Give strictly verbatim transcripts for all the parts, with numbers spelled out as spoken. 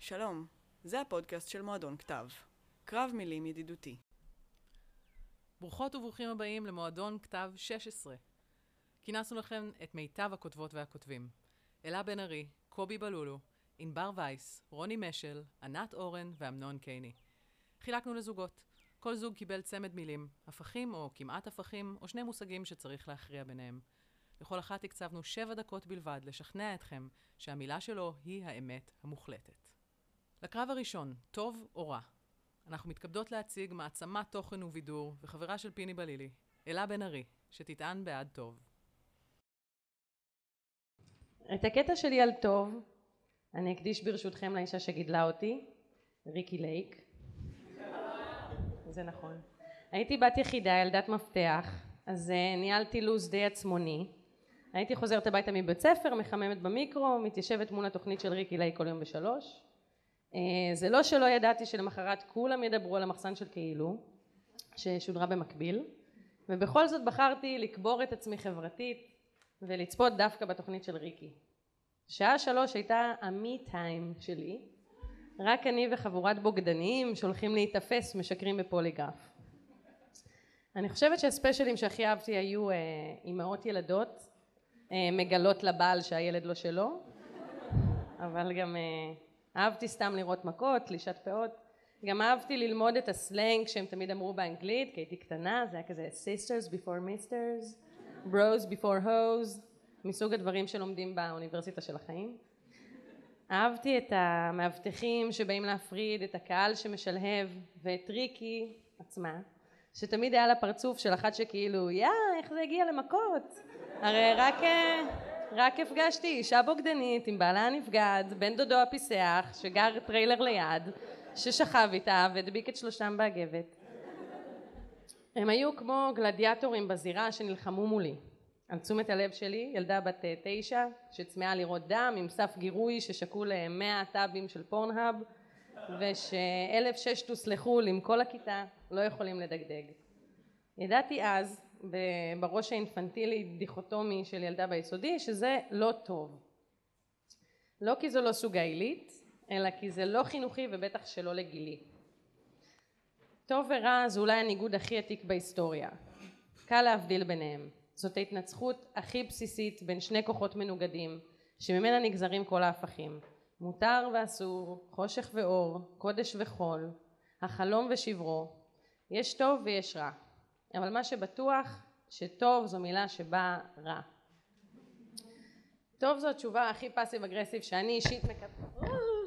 שלום, זה הפודקאסט של מועדון כתב. קרב מילים ידידותי. ברוכות וברוכים הבאים למועדון כתב שש עשרה. כינסנו לכם את מיטב הכותבות והכותבים. אלה בן ארי, קובי בלולו, ענבר וייס, רוני משל, ענת אורן ואמנון קייני. חילקנו לזוגות. כל זוג קיבל צמד מילים, הפכים או כמעט הפכים, או שני מושגים שצריך להכריע ביניהם. לכל אחת הקצבנו שבע דקות בלבד לשכנע אתכם שהמילה שלו היא האמת המוחלטת. לקרב הראשון, טוב או רע. אנחנו מתכבדות להציג מעצמת תוכן ובידור וחברה של פיני בלילי, אלה בן ארי, שתטען בעד טוב. את הקטע שלי על טוב, אני אקדיש ברשותכם לאישה שגידלה אותי, ריקי לייק. זה נכון. הייתי בת יחידה, ילדת מפתח, אז uh, ניהלתי לוז די עצמוני. הייתי חוזרת הביתה מבית ספר, מחממת במיקרו, מתיישבת מול התוכנית של ריקי לייק כל יום בשלוש. Uh, זה לא שלא ידעתי שלמחרת כולם ידברו על המחסן של כאילו, ששודרה במקביל, ובכל זאת בחרתי לקבור את עצמי חברתית, ולצפות דווקא בתוכנית של ריקי. שעה שלוש הייתה המי טיים שלי, רק אני וחבורת בוגדניים שהולכים להתאפס משקרים בפוליגרף. אני חושבת שהספיישלים שהכי אהבתי היו אה, אימהות ילדות, אה, מגלות לבעל שהילד לא שלו, אבל גם אה, אהבתי סתם לראות מכות, תלישת פאות, גם אהבתי ללמוד את הסלנג שהם תמיד אמרו באנגלית, כי הייתי קטנה, זה היה כזה sisters before misters, bros before hoes, מסוג הדברים שלומדים באוניברסיטה של החיים. אהבתי את המאבטחים שבאים להפריד, את הקהל שמשלהב, ואת ריקי עצמה, שתמיד היה לה פרצוף של אחת שכאילו, יא, איך זה הגיע למכות? הרי רק, רק הפגשתי אישה בוגדנית עם בעלה הנפגד, בן דודו הפיסח, שגר טריילר ליד, ששכב איתה והדביק את שלושתם באגבת. הם היו כמו גלדיאטורים בזירה שנלחמו מולי. על תשומת הלב שלי, ילדה בת תשע, שצמאה לראות דם עם סף גירוי ששקול מאה טאבים של פורנהאב, ושאלף שש תוסלחו עם כל הכיתה לא יכולים לדגדג. ידעתי אז, בראש האינפנטילי דיכוטומי של ילדה ביסודי, שזה לא טוב. לא כי זו לא סוגה עילית, אלא כי זה לא חינוכי ובטח שלא לגילי. טוב ורע זה אולי הניגוד הכי עתיק בהיסטוריה. קל להבדיל ביניהם. זאת ההתנצחות הכי בסיסית בין שני כוחות מנוגדים, שממנה נגזרים כל ההפכים. מותר ואסור, חושך ואור, קודש וחול, החלום ושברו. יש טוב ויש רע. אבל מה שבטוח, שטוב זו מילה שבאה רע. טוב זו התשובה הכי פאסיב אגרסיב שאני אישית מקבלת.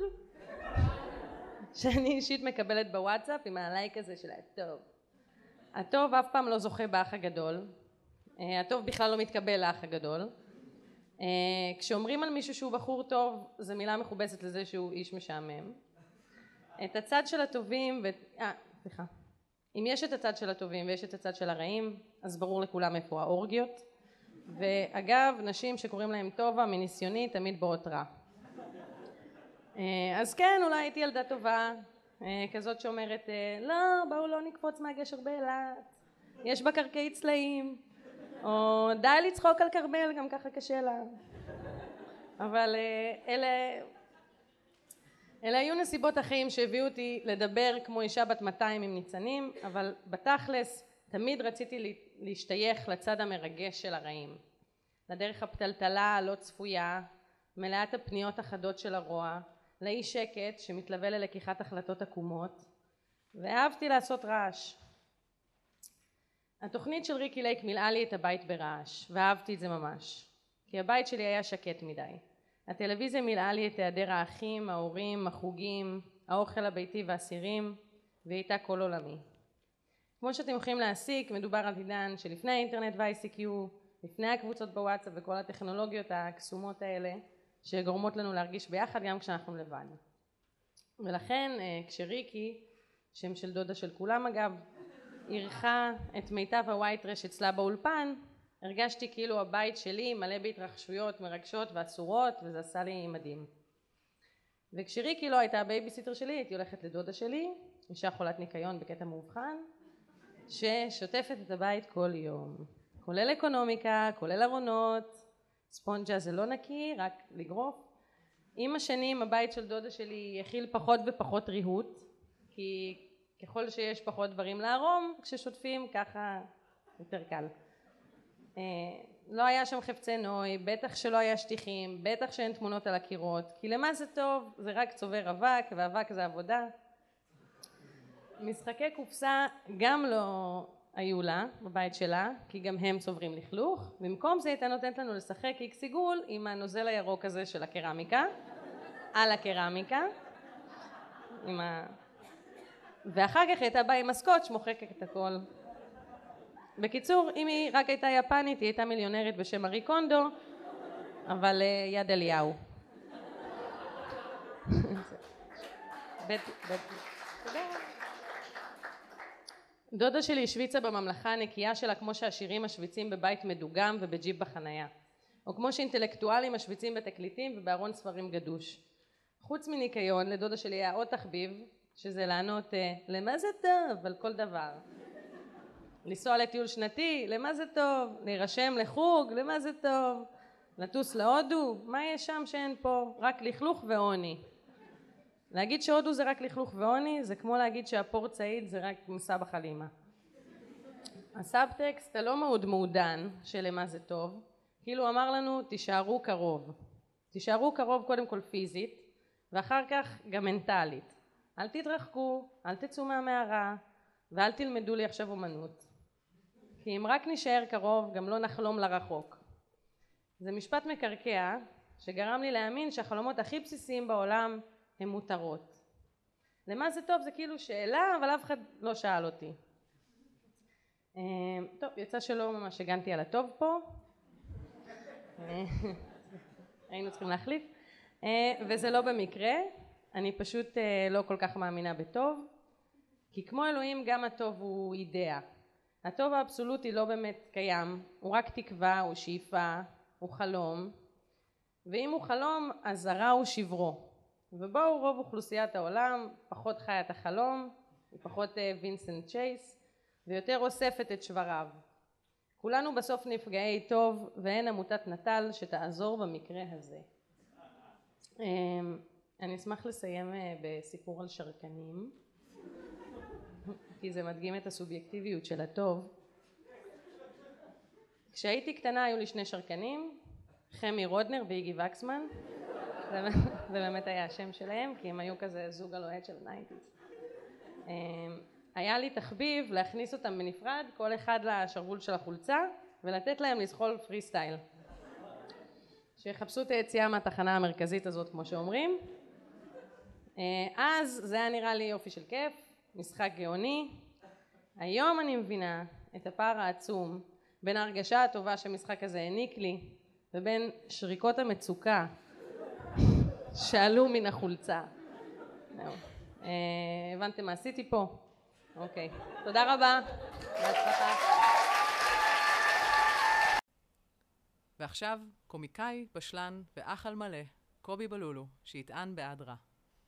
שאני אישית מקבלת בוואטסאפ עם הלייק הזה של הטוב. הטוב אף פעם לא זוכה באח הגדול. הטוב בכלל לא מתקבל לאח הגדול. כשאומרים על מישהו שהוא בחור טוב, זו מילה מכובסת לזה שהוא איש משעמם. את הצד של הטובים, ו... אה, סליחה. אם יש את הצד של הטובים ויש את הצד של הרעים, אז ברור לכולם איפה האורגיות. ואגב, נשים שקוראים להם טובה, מניסיוני, תמיד באות רע. אז כן, אולי הייתי ילדה טובה, כזאת שאומרת, לא, בואו לא נקפוץ מהגשר באילת, יש בה קרקעי צלעים. או די לצחוק על קרמל, גם ככה קשה לה. אבל אלה, אלה היו נסיבות החיים שהביאו אותי לדבר כמו אישה בת מאתיים עם ניצנים, אבל בתכלס תמיד רציתי להשתייך לצד המרגש של הרעים. לדרך הפתלתלה הלא צפויה, מלאת הפניות החדות של הרוע, לאי שקט שמתלווה ללקיחת החלטות עקומות, ואהבתי לעשות רעש. התוכנית של ריקי לייק מילאה לי את הבית ברעש, ואהבתי את זה ממש, כי הבית שלי היה שקט מדי. הטלוויזיה מילאה לי את היעדר האחים, ההורים, החוגים, האוכל הביתי והסירים, והיא הייתה כל עולמי. כמו שאתם יכולים להסיק, מדובר על עידן שלפני האינטרנט וה-איי סי קיו, לפני הקבוצות בוואטסאפ וכל הטכנולוגיות הקסומות האלה, שגורמות לנו להרגיש ביחד גם כשאנחנו לבד. ולכן כשריקי, שם של דודה של כולם אגב, ערכה את מיטב הווייט רש אצלה באולפן, הרגשתי כאילו הבית שלי מלא בהתרחשויות מרגשות ואסורות, וזה עשה לי מדהים. וכשריקי לא הייתה הבייביסיטר שלי, הייתי הולכת לדודה שלי, אישה חולת ניקיון בקטע מאובחן, ששוטפת את הבית כל יום. כולל אקונומיקה, כולל ארונות, ספונג'ה זה לא נקי, רק לגרוף, עם השנים הבית של דודה שלי הכיל פחות ופחות ריהוט, כי ככל שיש פחות דברים לערום, כששוטפים ככה יותר קל. לא היה שם חפצי נוי, בטח שלא היה שטיחים, בטח שאין תמונות על הקירות, כי למה זה טוב? זה רק צובר אבק, ואבק זה עבודה. משחקי קופסה גם לא היו לה בבית שלה, כי גם הם צוברים לכלוך. במקום זה הייתה נותנת לנו לשחק איקס עיגול עם הנוזל הירוק הזה של הקרמיקה, על הקרמיקה, עם ה... ואחר כך הייתה באה עם הסקוץ' מוחקת את הכל. בקיצור, אם היא רק הייתה יפנית, היא הייתה מיליונרית בשם מארי קונדו, אבל יד אליהו. דודה שלי השוויצה בממלכה הנקייה שלה כמו שהעשירים משוויצים בבית מדוגם ובג'יפ בחנייה, או כמו שאינטלקטואלים משוויצים בתקליטים ובארון ספרים גדוש. חוץ מניקיון, לדודה שלי היה עוד תחביב, שזה לענות למה זה טוב על כל דבר. לנסוע לטיול שנתי, למה זה טוב? להירשם לחוג, למה זה טוב? לטוס להודו, מה יש שם שאין פה? רק לכלוך ועוני. להגיד שהודו זה רק לכלוך ועוני, זה כמו להגיד שהפורט סעיד זה רק מסע בחלימה. הסאבטקסט הלא מאוד מעודן של למה זה טוב, כאילו אמר לנו תישארו קרוב. תישארו קרוב קודם כל פיזית, ואחר כך גם מנטלית. אל תתרחקו, אל תצאו מהמערה, ואל תלמדו לי עכשיו אומנות. כי אם רק נשאר קרוב, גם לא נחלום לרחוק. זה משפט מקרקע, שגרם לי להאמין שהחלומות הכי בסיסיים בעולם הם מותרות. למה זה טוב? זה כאילו שאלה, אבל אף אחד לא שאל אותי. טוב, יצא שלא ממש הגנתי על הטוב פה. היינו צריכים להחליף. וזה לא במקרה. אני פשוט לא כל כך מאמינה בטוב. כי כמו אלוהים, גם הטוב הוא אידאה. הטוב האבסולוטי לא באמת קיים. הוא רק תקווה, הוא שאיפה, הוא חלום. ואם הוא חלום, אז הרע הוא שברו. ובואו רוב אוכלוסיית העולם פחות חיה את החלום, היא פחות וינסנט צ'ייס, ויותר אוספת את שבריו. כולנו בסוף נפגעי טוב, ואין עמותת נטל שתעזור במקרה הזה. אני אשמח לסיים בסיפור על שרקנים, כי זה מדגים את הסובייקטיביות של הטוב. כשהייתי קטנה היו לי שני שרקנים, חמי רודנר ואיגי וקסמן. זה באמת היה השם שלהם, כי הם היו כזה זוג הלוהט של ניינטיז. היה לי תחביב להכניס אותם בנפרד, כל אחד לשרוול של החולצה, ולתת להם לזחול פרי סטייל. שיחפשו את היציאה מהתחנה המרכזית הזאת, כמו שאומרים. אז זה היה נראה לי יופי של כיף, משחק גאוני. היום אני מבינה את הפער העצום בין ההרגשה הטובה שהמשחק הזה העניק לי, ובין שריקות המצוקה שעלו מן החולצה. הבנתם מה עשיתי פה? אוקיי. תודה רבה. בהצלחה. ועכשיו קומיקאי, בשלן ואח על מלא, קובי בלולו, שיטען בעד רע.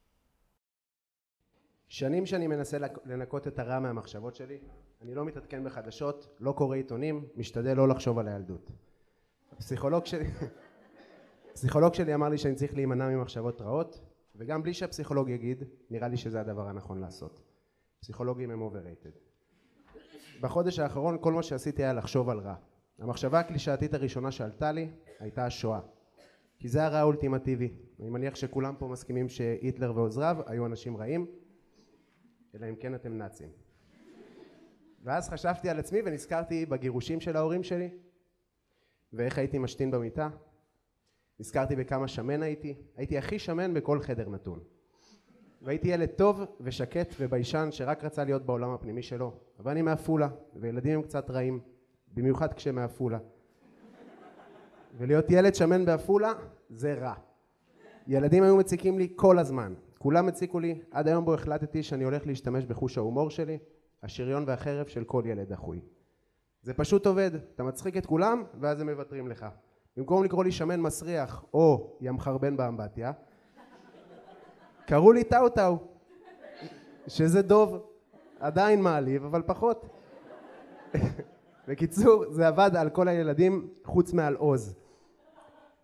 שנים שאני מנסה לנקות את הרע מהמחשבות שלי, אני לא מתעדכן בחדשות, לא קורא עיתונים, משתדל לא לחשוב על הילדות. הפסיכולוג שלי... הפסיכולוג שלי אמר לי שאני צריך להימנע ממחשבות רעות, וגם בלי שהפסיכולוג יגיד, נראה לי שזה הדבר הנכון לעשות. פסיכולוגים הם overrated. בחודש האחרון כל מה שעשיתי היה לחשוב על רע. המחשבה הקלישאתית הראשונה שעלתה לי הייתה השואה. כי זה הרע האולטימטיבי. אני מניח שכולם פה מסכימים שהיטלר ועוזריו היו אנשים רעים, אלא אם כן אתם נאצים. ואז חשבתי על עצמי ונזכרתי בגירושים של ההורים שלי, ואיך הייתי משתין במיטה. נזכרתי בכמה שמן הייתי, הייתי הכי שמן בכל חדר נתון. והייתי ילד טוב ושקט וביישן שרק רצה להיות בעולם הפנימי שלו. אבל אני מעפולה, וילדים הם קצת רעים, במיוחד כשהם מעפולה. ולהיות ילד שמן בעפולה זה רע. ילדים היו מציקים לי כל הזמן. כולם הציקו לי, עד היום בו החלטתי שאני הולך להשתמש בחוש ההומור שלי, השריון והחרב של כל ילד דחוי. זה פשוט עובד, אתה מצחיק את כולם ואז הם מוותרים לך. במקום לקרוא לי שמן מסריח או ים חרבן באמבטיה, קראו לי טאו טאו, שזה דוב, עדיין מעליב, אבל פחות. בקיצור, זה עבד על כל הילדים חוץ מעל עוז.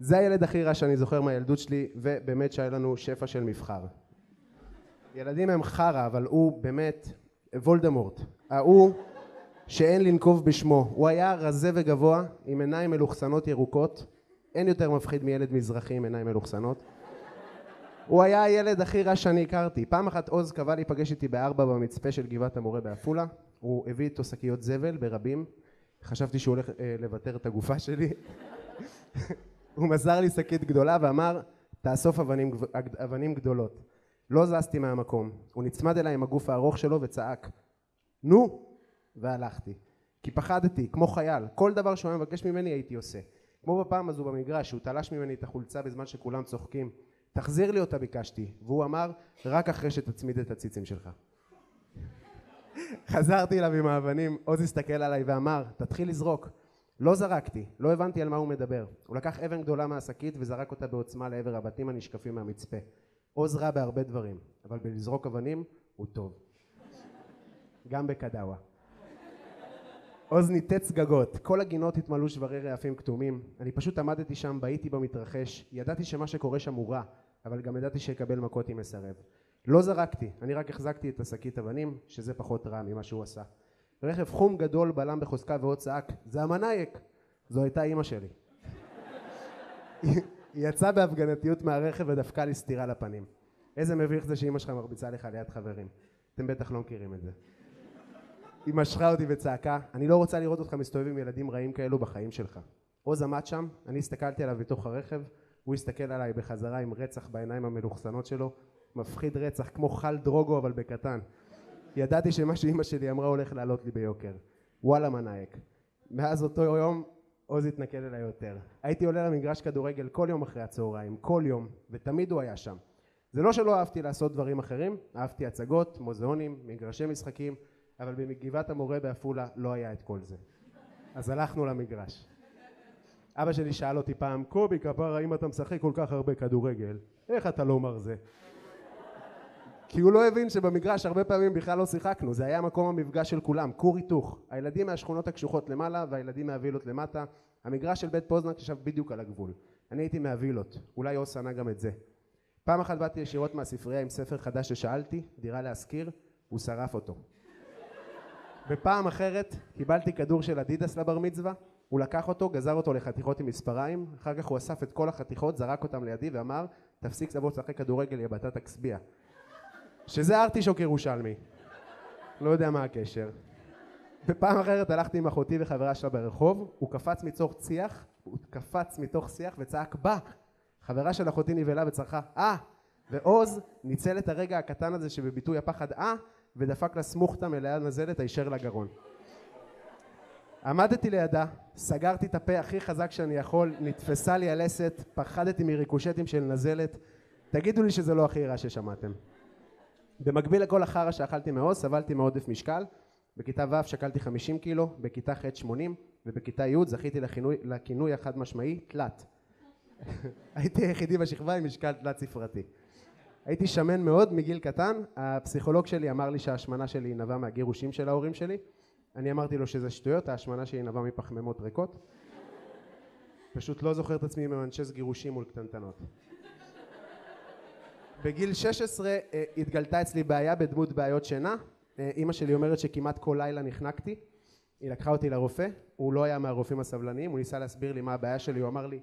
זה הילד הכי רע שאני זוכר מהילדות שלי, ובאמת שהיה לנו שפע של מבחר. ילדים הם חרא, אבל הוא באמת וולדמורט. ההוא שאין לנקוב בשמו. הוא היה רזה וגבוה, עם עיניים מלוכסנות ירוקות. אין יותר מפחיד מילד מזרחי עם עיניים מלוכסנות. הוא היה הילד הכי רע שאני הכרתי. פעם אחת עוז קבע להיפגש איתי בארבע במצפה של גבעת המורה בעפולה. הוא הביא איתו שקיות זבל ברבים. חשבתי שהוא הולך אה, לוותר את הגופה שלי. הוא מסר לי שקית גדולה ואמר, תאסוף אבנים, אבנים גדולות. לא זזתי מהמקום. הוא נצמד אליי עם הגוף הארוך שלו וצעק, נו! והלכתי. כי פחדתי, כמו חייל. כל דבר שהוא היה מבקש ממני הייתי עושה. כמו בפעם הזו במגרש, הוא תלש ממני את החולצה בזמן שכולם צוחקים. תחזיר לי אותה ביקשתי. והוא אמר, רק אחרי שתצמיד את הציצים שלך. חזרתי אליו עם האבנים, עוז הסתכל עליי ואמר, תתחיל לזרוק. לא זרקתי, לא הבנתי על מה הוא מדבר. הוא לקח אבן גדולה מהשקית וזרק אותה בעוצמה לעבר הבתים הנשקפים מהמצפה. עוז רע בהרבה דברים, אבל בלזרוק אבנים הוא טוב. גם בקדאווה. עוז ניתץ גגות, כל הגינות התמלאו שברי רעפים כתומים. אני פשוט עמדתי שם, בהיתי במתרחש, ידעתי שמה שקורה שם הוא רע, אבל גם ידעתי שיקבל מכות אם מסרב. לא זרקתי, אני רק החזקתי את השקית אבנים, שזה פחות רע ממה שהוא עשה. רכב חום גדול בלם בחוזקה ועוד צעק, זה המנאייק. זו הייתה אמא שלי. היא יצאה בהפגנתיות מהרכב ודפקה לי סטירה לפנים. איזה מביך זה שאמא שלך מרביצה לך ליד חברים. אתם בטח לא מכירים את זה. היא משכה אותי וצעקה, אני לא רוצה לראות אותך מסתובב עם ילדים רעים כאלו בחיים שלך. עוז עמד שם, אני הסתכלתי עליו בתוך הרכב, הוא הסתכל עליי בחזרה עם רצח בעיניים המלוכסנות שלו, מפחיד רצח כמו חל דרוגו אבל בקטן. ידעתי שמה שאמא שלי אמרה הולך לעלות לי ביוקר. וואלה מנאייק. מאז אותו יום עוז התנכל אליי יותר. הייתי עולה למגרש כדורגל כל יום אחרי הצהריים, כל יום, ותמיד הוא היה שם. זה לא שלא אהבתי לעשות דברים אחרים, אהבתי הצגות, מוזיאונים, מגרשי משחקים, אבל בגבעת המורה בעפולה לא היה את כל זה. אז הלכנו למגרש. אבא שלי שאל אותי פעם, קובי כפרה, אם אתה משחק כל כך הרבה כדורגל, איך אתה לא מרזה? כי הוא לא הבין שבמגרש הרבה פעמים בכלל לא שיחקנו, זה היה מקום המפגש של כולם, כור היתוך. הילדים מהשכונות הקשוחות למעלה והילדים מהווילות למטה. המגרש של בית פוזנק ישב בדיוק על הגבול. אני הייתי מהווילות, אולי עוז שנה גם את זה. פעם אחת באתי ישירות מהספרייה עם ספר חדש ששאלתי, דירה להשכיר, הוא שרף אותו. בפעם אחרת קיבלתי כדור של אדידס לבר מצווה, הוא לקח אותו, גזר אותו לחתיכות עם מספריים, אחר כך הוא אסף את כל החתיכות, זרק אותם לידי ואמר, תפסיק לבוא לשחק כדורגל יא בטטה כסביה. שזה ארטישוק ירושלמי. לא יודע מה הקשר. בפעם אחרת הלכתי עם אחותי וחברה שלה ברחוב, הוא קפץ מתוך שיח, הוא קפץ מתוך שיח וצעק בא. חברה של אחותי נבלה וצרחה אה, ועוז ניצל את הרגע הקטן הזה שבביטוי הפחד אה, ודפק לה סמוכתה מלאה נזלת הישר לגרון. עמדתי לידה, סגרתי את הפה הכי חזק שאני יכול, נתפסה לי הלסת, פחדתי מריקושטים של נזלת. תגידו לי שזה לא הכי רע ששמעתם. במקביל לכל החרא שאכלתי מעוז, סבלתי מעודף משקל. בכיתה ו' שקלתי חמישים קילו, בכיתה ח' שמונים, ובכיתה י' זכיתי לכינוי, לכינוי החד משמעי, תלת. הייתי היחידי בשכבה עם משקל תלת ספרתי. הייתי שמן מאוד מגיל קטן, הפסיכולוג שלי אמר לי שההשמנה שלי נבעה מהגירושים של ההורים שלי. אני אמרתי לו שזה שטויות, ההשמנה שלי נבעה מפחמימות ריקות. פשוט לא זוכר את עצמי ממנצ'ס גירושים מול קטנטנות. בגיל שש עשרה התגלתה אצלי בעיה בדמות בעיות שינה. אמא שלי אומרת שכמעט כל לילה נחנקתי. היא לקחה אותי לרופא, הוא לא היה מהרופאים הסבלניים, הוא ניסה להסביר לי מה הבעיה שלי, הוא אמר לי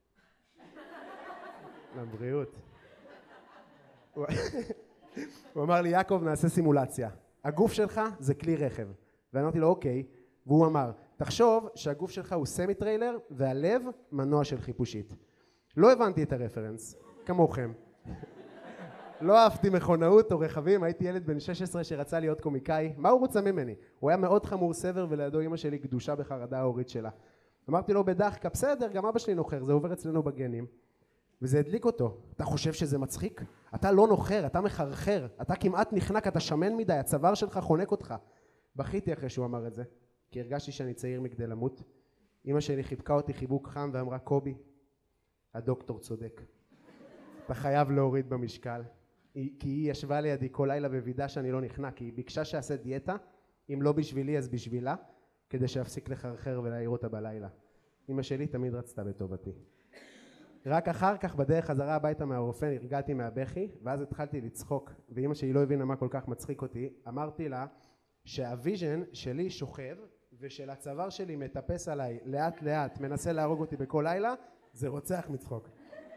לבריאות. הוא אמר לי, יעקב, נעשה סימולציה. הגוף שלך זה כלי רכב. ואמרתי לו, אוקיי. והוא אמר, תחשוב שהגוף שלך הוא סמי טריילר והלב מנוע של חיפושית. לא הבנתי את הרפרנס, כמוכם. לא אהבתי מכונאות או רכבים, הייתי ילד בן שש עשרה שרצה להיות קומיקאי. מה הוא רוצה ממני? הוא היה מאוד חמור סבר ולידו אמא שלי גדושה בחרדה ההורית שלה. אמרתי לו בדחקה, בסדר, גם אבא שלי נוחר, זה עובר אצלנו בגנים. וזה הדליק אותו. אתה חושב שזה מצחיק? אתה לא נוחר, אתה מחרחר, אתה כמעט נחנק, אתה שמן מדי, הצוואר שלך חונק אותך. בכיתי אחרי שהוא אמר את זה, כי הרגשתי שאני צעיר מכדי למות. אמא שלי חיבקה אותי חיבוק חם ואמרה, קובי, הדוקטור צודק. אתה חייב להוריד במשקל. כי היא ישבה לידי כל לילה בוידאה שאני לא נחנק, כי היא ביקשה שעשה דיאטה, אם לא בשבילי אז בשבילה, כדי שאפסיק לחרחר ולהעיר אותה בלילה. אמא שלי תמיד רצתה בטובתי. רק אחר כך בדרך חזרה הביתה מהרופא נרגעתי מהבכי, ואז התחלתי לצחוק, ואמא שלי לא הבינה מה כל כך מצחיק אותי. אמרתי לה שהוויז'ן שלי שוכב ושל הצוואר שלי מטפס עליי לאט לאט, מנסה להרוג אותי בכל לילה, זה רוצח מצחוק.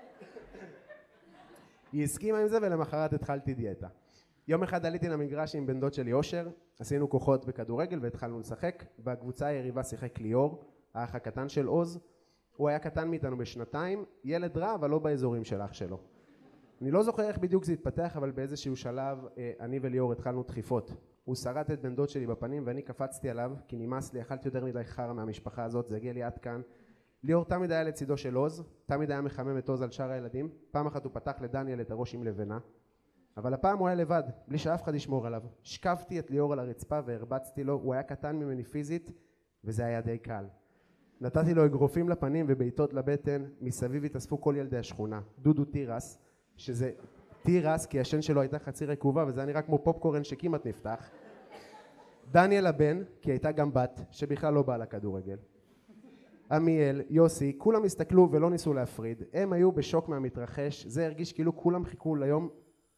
היא הסכימה עם זה ולמחרת התחלתי דיאטה. יום אחד עליתי למגרש עם בן דוד שלי אושר, עשינו כוחות בכדורגל והתחלנו לשחק. בקבוצה היריבה שיחק ליאור, האח הקטן של עוז. הוא היה קטן מאיתנו בשנתיים, ילד רע אבל לא באזורים של אח שלו. אני לא זוכר איך בדיוק זה התפתח, אבל באיזשהו שלב אני וליאור התחלנו דחיפות. הוא שרט את בן דוד שלי בפנים ואני קפצתי עליו כי נמאס לי, אכלתי יותר מדי חרא מהמשפחה הזאת, זה הגיע לי עד כאן. ליאור תמיד היה לצידו של עוז, תמיד היה מחמם את עוז על שאר הילדים. פעם אחת הוא פתח לדניאל את הראש עם לבנה, אבל הפעם הוא היה לבד, בלי שאף אחד ישמור עליו. שקפתי את ליאור על הרצפה והרבצתי לו, הוא היה קטן ממני פיזית וזה היה די קל. נתתי לו אגרופים לפנים ובעיטות לבטן, מסביב התאספו כל ילדי השכונה. דודו תירס, שזה תירס כי השן שלו הייתה חצי רקובה וזה היה נראה כמו פופקורן שכמעט נפתח. דניאל הבן, כי הייתה גם בת שבכלל לא באה לכדורגל. עמיאל, יוסי, כולם הסתכלו ולא ניסו להפריד. הם היו בשוק מהמתרחש, זה הרגיש כאילו כולם חיכו ליום...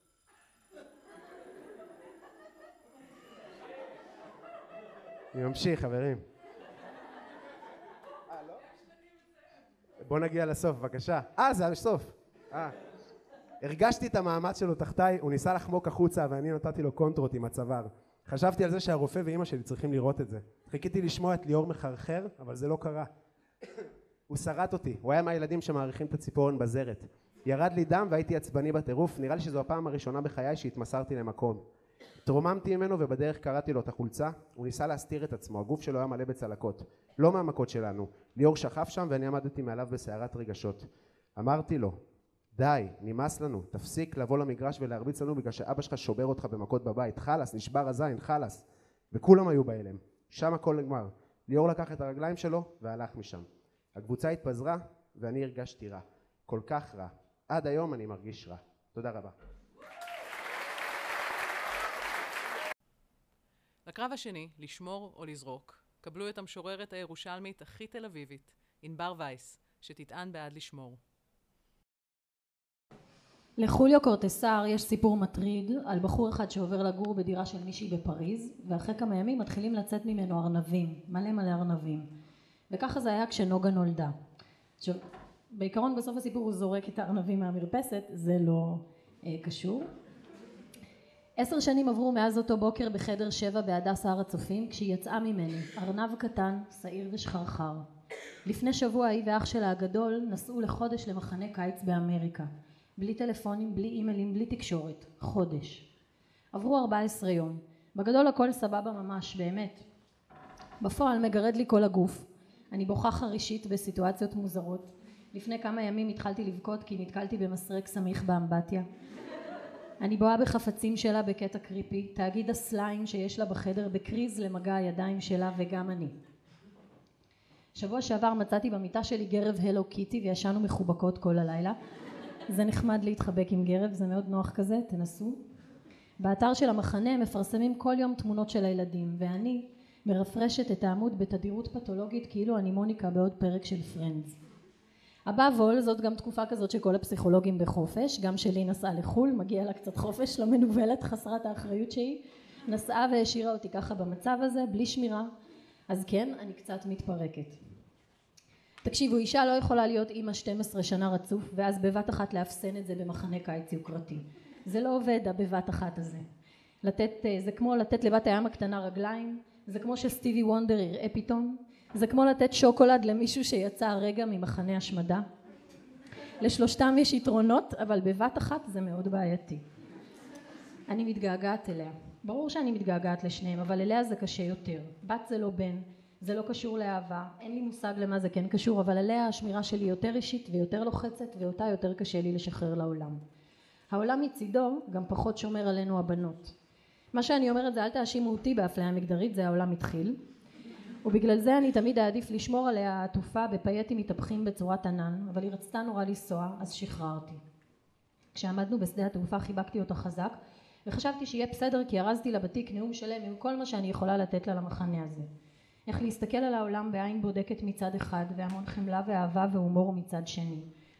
אני ממשיך, חברים. בוא נגיע לסוף, בבקשה. אה, זה הסוף. אה. הרגשתי את המאמץ שלו תחתיי, הוא ניסה לחמוק החוצה ואני נתתי לו קונטרות עם הצוואר. חשבתי על זה שהרופא ואמא שלי צריכים לראות את זה. חיכיתי לשמוע את ליאור מחרחר, אבל זה לא קרה. הוא שרט אותי, הוא היה מהילדים שמעריכים את הציפורן בזרת. ירד לי דם והייתי עצבני בטירוף, נראה לי שזו הפעם הראשונה בחיי שהתמסרתי למקום. תרוממתי ממנו ובדרך קראתי לו את החולצה, הוא ניסה להסתיר את עצמו, הגוף שלו היה מלא בצלקות. לא מהמכות שלנו, ליאור שכב שם ואני עמדתי מעליו בסערת רגשות. אמרתי לו, די, נמאס לנו, תפסיק לבוא למגרש ולהרביץ לנו בגלל שאבא שלך שובר אותך במכות בבית, חלס, נשבר הזין, חלס. וכולם היו בהלם, שם הכל נגמר. ליאור לקח את הרגליים שלו והלך משם. הקבוצה התפזרה ואני הרגשתי רע, כל כך רע. עד היום אני מרגיש רע. תודה רבה. לקרב השני, לשמור או לזרוק, קבלו את המשוררת הירושלמית הכי תל אביבית, ענבר וייס, שתטען בעד לשמור. לחוליו קורטסר יש סיפור מטריד על בחור אחד שעובר לגור בדירה של מישהי בפריז, ואחרי כמה ימים מתחילים לצאת ממנו ארנבים, מלא מלא ארנבים. וככה זה היה כשנוגה נולדה. עכשיו, בעיקרון בסוף הסיפור הוא זורק את הארנבים מהמרפסת, זה לא אה, קשור. עשר שנים עברו מאז אותו בוקר בחדר שבע בהדס הר הצופים, כשהיא יצאה ממני, ארנב קטן, שעיר ושחרחר. לפני שבוע היא ואח שלה הגדול נסעו לחודש למחנה קיץ באמריקה. בלי טלפונים, בלי אימיילים, בלי תקשורת. חודש. עברו ארבעה עשר יום. בגדול הכל סבבה ממש, באמת. בפועל מגרד לי כל הגוף. אני בוכה חרישית בסיטואציות מוזרות. לפני כמה ימים התחלתי לבכות כי נתקלתי במסרק סמיך באמבטיה. אני בואה בחפצים שלה בקטע קריפי, תאגיד הסליים שיש לה בחדר בקריז למגע הידיים שלה וגם אני. שבוע שעבר מצאתי במיטה שלי גרב הלו קיטי וישנו מחובקות כל הלילה. זה נחמד להתחבק עם גרב, זה מאוד נוח כזה, תנסו. באתר של המחנה מפרסמים כל יום תמונות של הילדים, ואני מרפרשת את העמוד בתדירות פתולוגית כאילו אני מוניקה בעוד פרק של פרנדס. הבא וול, זאת גם תקופה כזאת שכל הפסיכולוגים בחופש, גם שלי נסעה לחול, מגיע לה קצת חופש למנובלת חסרת האחריות שהיא, נסעה והשאירה אותי ככה במצב הזה, בלי שמירה, אז כן, אני קצת מתפרקת. תקשיבו, אישה לא יכולה להיות אימא שתים עשרה שנה רצוף, ואז בבת אחת להפסן את זה במחנה קיץ יוקרתי. זה לא עובד, הבבת אחת הזה. לתת, זה כמו לתת לבת הים הקטנה רגליים, זה כמו שסטיבי וונדר יראה פתאום, זה כמו לתת שוקולד למישהו שיצא הרגע ממחנה השמדה. לשלושתם יש יתרונות, אבל בבת אחת זה מאוד בעייתי. אני מתגעגעת אליה. ברור שאני מתגעגעת לשניהם, אבל אליה זה קשה יותר. בת זה לא בן, זה לא קשור לאהבה, אין לי מושג למה זה כן קשור, אבל עליה השמירה שלי יותר אישית ויותר לוחצת, ואותה יותר קשה לי לשחרר לעולם. העולם מצידו גם פחות שומר עלינו הבנות. מה שאני אומרת זה אל תאשימו אותי באפליה מגדרית, זה העולם התחיל. ובגלל זה אני תמיד אעדיף לשמור עליה עטופה בפייטים מתהפכים בצורת ענן, אבל היא רצתה נורא לנסוע, אז שחררתי. כשעמדנו בשדה התעופה חיבקתי אותה חזק, וחשבתי שיהיה בסדר כי ארזתי לה בתיק נאום שלם עם כל מה שאני יכולה לתת לה למחנה הזה. איך להסתכל על העולם בעין בודקת מצד אחד, והמון חמלה ואהבה והומור מצד שני.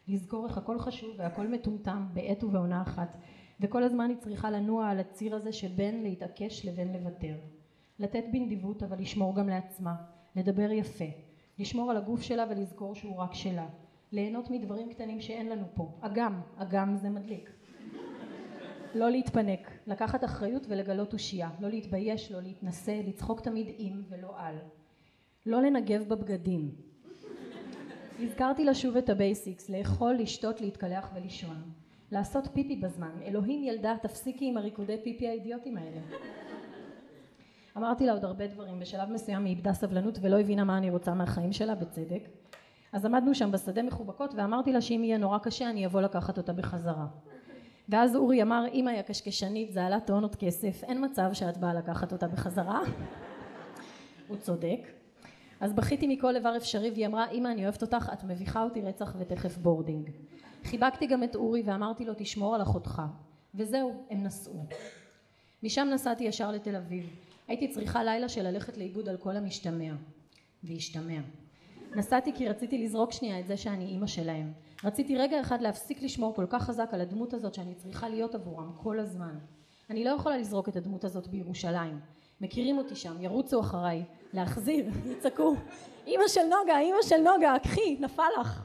לזכור איך הכל חשוב והכל מטומטם בעת ובעונה אחת, וכל הזמן היא צריכה לנוע על הציר הזה שבין להתעקש לבין לוותר. לתת בנדיבות אבל לשמור גם לעצמה, לדבר יפה, לשמור על הגוף שלה ולזכור שהוא רק שלה, ליהנות מדברים קטנים שאין לנו פה, אגם, אגם זה מדליק. לא להתפנק, לקחת אחריות ולגלות תושייה, לא להתבייש, לא להתנסה, לצחוק תמיד עם ולא על. לא לנגב בבגדים. הזכרתי לשוב את הבייסיקס, לאכול, לשתות, להתקלח ולישון. לעשות פיפי בזמן. אלוהים ילדה, תפסיקי עם הריקודי פיפי האידיוטים האלה. אמרתי לה עוד הרבה דברים, בשלב מסוים היא איבדה סבלנות ולא הבינה מה אני רוצה מהחיים שלה, בצדק. אז עמדנו שם בשדה מחובקות ואמרתי לה שאם יהיה נורא קשה אני אבוא לקחת אותה בחזרה. ואז אורי אמר, אמא היא הקשקשנית, זה עלה טונות כסף, אין מצב שאת באה לקחת אותה בחזרה. הוא צודק. אז בכיתי מכל איבר אפשרי והיא אמרה, אמא אני אוהבת אותך, את מביכה אותי רצח ותכף בורדינג. חיבקתי גם את אורי ואמרתי לו תשמור על אחותך. וזהו, הם נסעו. משם נסעתי ישר לתל אביב. הייתי צריכה לילה של ללכת לאיבוד על כל המשתמע. והשתמע. נסעתי כי רציתי לזרוק שנייה את זה שאני אימא שלהם. רציתי רגע אחד להפסיק לשמור כל כך חזק על הדמות הזאת שאני צריכה להיות עבורם כל הזמן. אני לא יכולה לזרוק את הדמות הזאת בירושלים. מכירים אותי שם, ירוצו אחריי, להחזיר, יצעקו, אמא של נוגה, אמא של נוגה, קחי, נפל לך.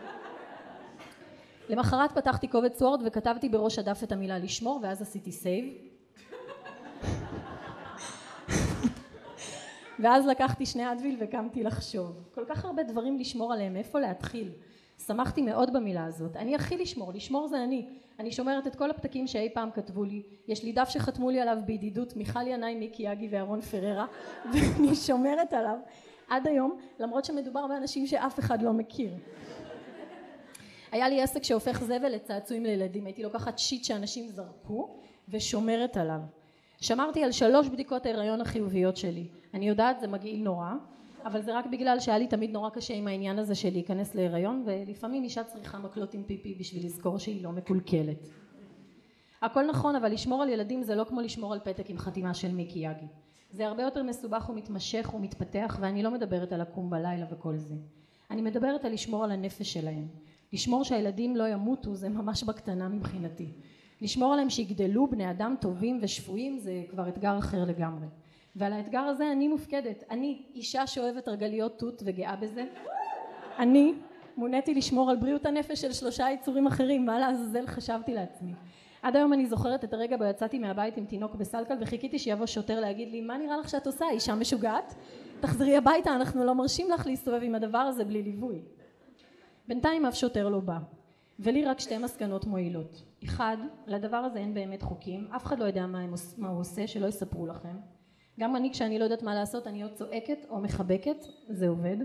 למחרת פתחתי קובץ וורד וכתבתי בראש הדף את המילה לשמור, ואז עשיתי סייב. ואז לקחתי שני אדוויל וקמתי לחשוב. כל כך הרבה דברים לשמור עליהם, איפה להתחיל? שמחתי מאוד במילה הזאת. אני הכי לשמור, לשמור זה אני. אני שומרת את כל הפתקים שאי פעם כתבו לי. יש לי דף שחתמו לי עליו בידידות, מיכל ינאי, מיקי יגי ואהרון פררה, ואני שומרת עליו עד היום, למרות שמדובר באנשים שאף אחד לא מכיר. היה לי עסק שהופך זבל לצעצועים לילדים. הייתי לוקחת שיט שאנשים זרקו ושומרת עליו. שמרתי על שלוש בדיקות ההיריון החיוביות שלי. אני יודעת, זה מגעיל נורא, אבל זה רק בגלל שהיה לי תמיד נורא קשה עם העניין הזה של להיכנס להיריון, ולפעמים אישה צריכה מקלות עם פיפי בשביל לזכור שהיא לא מקולקלת. הכל נכון, אבל לשמור על ילדים זה לא כמו לשמור על פתק עם חתימה של מיקי יגי. זה הרבה יותר מסובך ומתמשך ומתפתח, ואני לא מדברת על לקום בלילה וכל זה. אני מדברת על לשמור על הנפש שלהם. לשמור שהילדים לא ימותו זה ממש בקטנה מבחינתי. לשמור עליהם שיגדלו בני אדם טובים ושפויים זה כבר אתגר אחר לגמרי. ועל האתגר הזה אני מופקדת. אני אישה שאוהבת רגליות תות וגאה בזה. אני מוניתי לשמור על בריאות הנפש של שלושה יצורים אחרים. מה לעזאזל חשבתי לעצמי. עד היום אני זוכרת את הרגע בו יצאתי מהבית עם תינוק בסלקל וחיכיתי שיבוא שוטר להגיד לי מה נראה לך שאת עושה? אישה משוגעת? תחזרי הביתה, אנחנו לא מרשים לך להסתובב עם הדבר הזה בלי ליווי. בינתיים אף שוטר לא בא. ולי רק שתי מסקנות מועילות. אחד, לדבר הזה אין באמת חוקים, אף אחד לא יודע מה, הם, מה הוא עושה, שלא יספרו לכם. גם אני כשאני לא יודעת מה לעשות, אני או צועקת או מחבקת, זה עובד.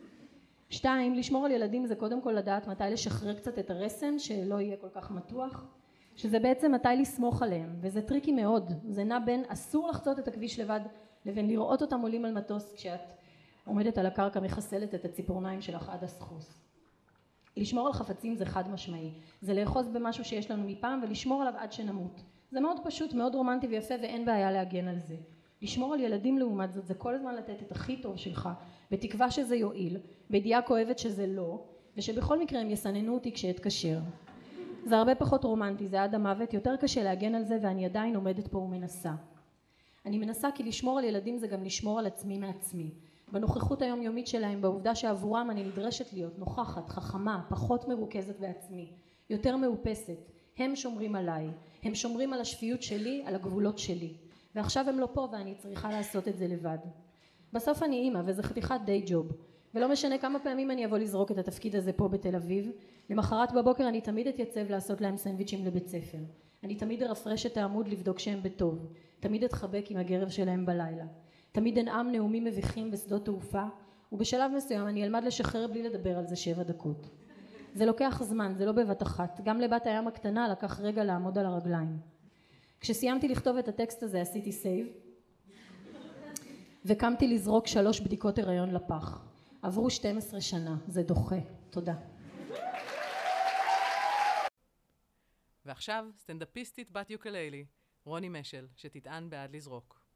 שתיים, לשמור על ילדים זה קודם כל לדעת מתי לשחרר קצת את הרסן, שלא יהיה כל כך מתוח, שזה בעצם מתי לסמוך עליהם, וזה טריקי מאוד, זה נע בין אסור לחצות את הכביש לבד, לבין לראות אותם עולים על מטוס כשאת עומדת על הקרקע מחסלת את הציפורניים שלך עד הסחוס. לשמור על חפצים זה חד משמעי, זה לאחוז במשהו שיש לנו מפעם ולשמור עליו עד שנמות. זה מאוד פשוט, מאוד רומנטי ויפה ואין בעיה להגן על זה. לשמור על ילדים לעומת זאת זה כל הזמן לתת את הכי טוב שלך, בתקווה שזה יועיל, בידיעה כואבת שזה לא, ושבכל מקרה הם יסננו אותי כשאתקשר. זה הרבה פחות רומנטי, זה עד המוות, יותר קשה להגן על זה ואני עדיין עומדת פה ומנסה. אני מנסה כי לשמור על ילדים זה גם לשמור על עצמי מעצמי. בנוכחות היומיומית שלהם, בעובדה שעבורם אני נדרשת להיות נוכחת, חכמה, פחות מרוכזת בעצמי, יותר מאופסת. הם שומרים עליי, הם שומרים על השפיות שלי, על הגבולות שלי. ועכשיו הם לא פה ואני צריכה לעשות את זה לבד. בסוף אני אימא וזה חתיכת די ג'וב. ולא משנה כמה פעמים אני אבוא לזרוק את התפקיד הזה פה בתל אביב. למחרת בבוקר אני תמיד אתייצב לעשות להם סנדוויצ'ים לבית ספר. אני תמיד ארפרש את העמוד לבדוק שהם בטוב. תמיד אתחבק עם הגרב שלהם בלילה. תמיד אנאם נאומים מביכים בשדות תעופה, ובשלב מסוים אני אלמד לשחרר בלי לדבר על זה שבע דקות. זה לוקח זמן, זה לא בבת אחת. גם לבת הים הקטנה לקח רגע לעמוד על הרגליים. כשסיימתי לכתוב את הטקסט הזה עשיתי סייב, וקמתי לזרוק שלוש בדיקות הריון לפח. עברו שתים עשרה שנה, זה דוחה. תודה. ועכשיו סטנדאפיסטית בת יוקללי, רוני משל, שתטען בעד לזרוק.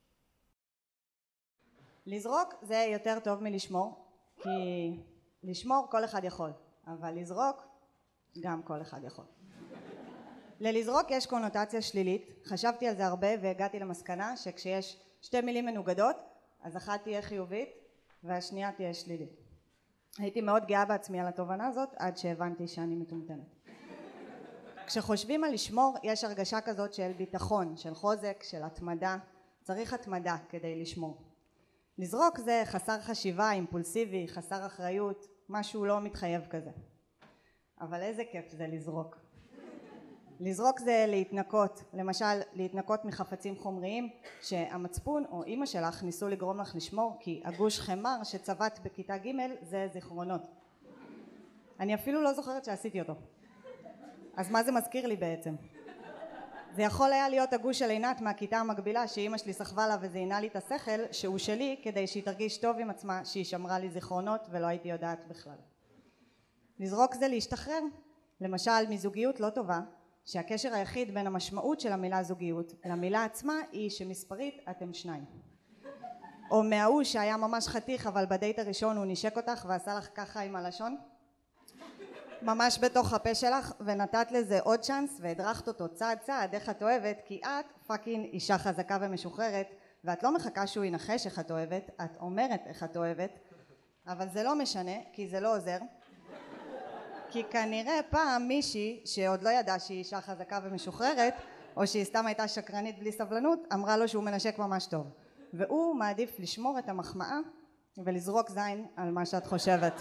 לזרוק זה יותר טוב מלשמור, כי לשמור כל אחד יכול, אבל לזרוק גם כל אחד יכול. ללזרוק יש קונוטציה שלילית, חשבתי על זה הרבה והגעתי למסקנה שכשיש שתי מילים מנוגדות, אז אחת תהיה חיובית והשנייה תהיה שלילית. הייתי מאוד גאה בעצמי על התובנה הזאת עד שהבנתי שאני מטומטמת. כשחושבים על לשמור יש הרגשה כזאת של ביטחון, של חוזק, של התמדה. צריך התמדה כדי לשמור. לזרוק זה חסר חשיבה, אימפולסיבי, חסר אחריות, משהו לא מתחייב כזה. אבל איזה כיף זה לזרוק. לזרוק זה להתנקות, למשל להתנקות מחפצים חומריים שהמצפון או אמא שלך ניסו לגרום לך לשמור, כי הגוש חמר שצבט בכיתה ג' זה זיכרונות. אני אפילו לא זוכרת שעשיתי אותו. אז מה זה מזכיר לי בעצם? זה יכול היה להיות הגוש של עינת מהכיתה המקבילה שאמא שלי סחבה לה וזיינה לי את השכל שהוא שלי כדי שהיא תרגיש טוב עם עצמה שהיא שמרה לי זיכרונות ולא הייתי יודעת בכלל. לזרוק זה להשתחרר, למשל מזוגיות לא טובה שהקשר היחיד בין המשמעות של המילה זוגיות למילה עצמה היא שמספרית אתם שניים. או מההוא שהיה ממש חתיך אבל בדייט הראשון הוא נשק אותך ועשה לך ככה עם הלשון ממש בתוך הפה שלך ונתת לזה עוד צ'אנס והדרכת אותו צעד צעד איך את אוהבת, כי את פאקינג אישה חזקה ומשוחררת ואת לא מחכה שהוא ינחש איך את אוהבת, את אומרת איך את אוהבת, אבל זה לא משנה כי זה לא עוזר, כי כנראה פעם מישהי שעוד לא ידעה שהיא אישה חזקה ומשוחררת או שהיא סתם הייתה שקרנית בלי סבלנות אמרה לו שהוא מנשק ממש טוב והוא מעדיף לשמור את המחמאה ולזרוק זין על מה שאת חושבת.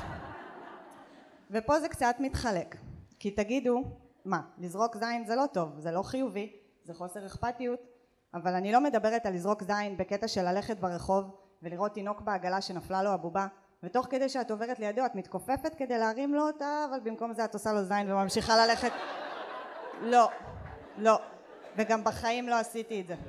ופה זה קצת מתחלק, כי תגידו, מה, לזרוק זין זה לא טוב, זה לא חיובי, זה חוסר אכפתיות, אבל אני לא מדברת על לזרוק זין בקטע של ללכת ברחוב ולראות תינוק בעגלה שנפלה לו הבובה, ותוך כדי שאת עוברת לידו את מתכופפת כדי להרים לו אותה, אבל במקום זה את עושה לו זין וממשיכה ללכת. לא, לא, וגם בחיים לא עשיתי את זה.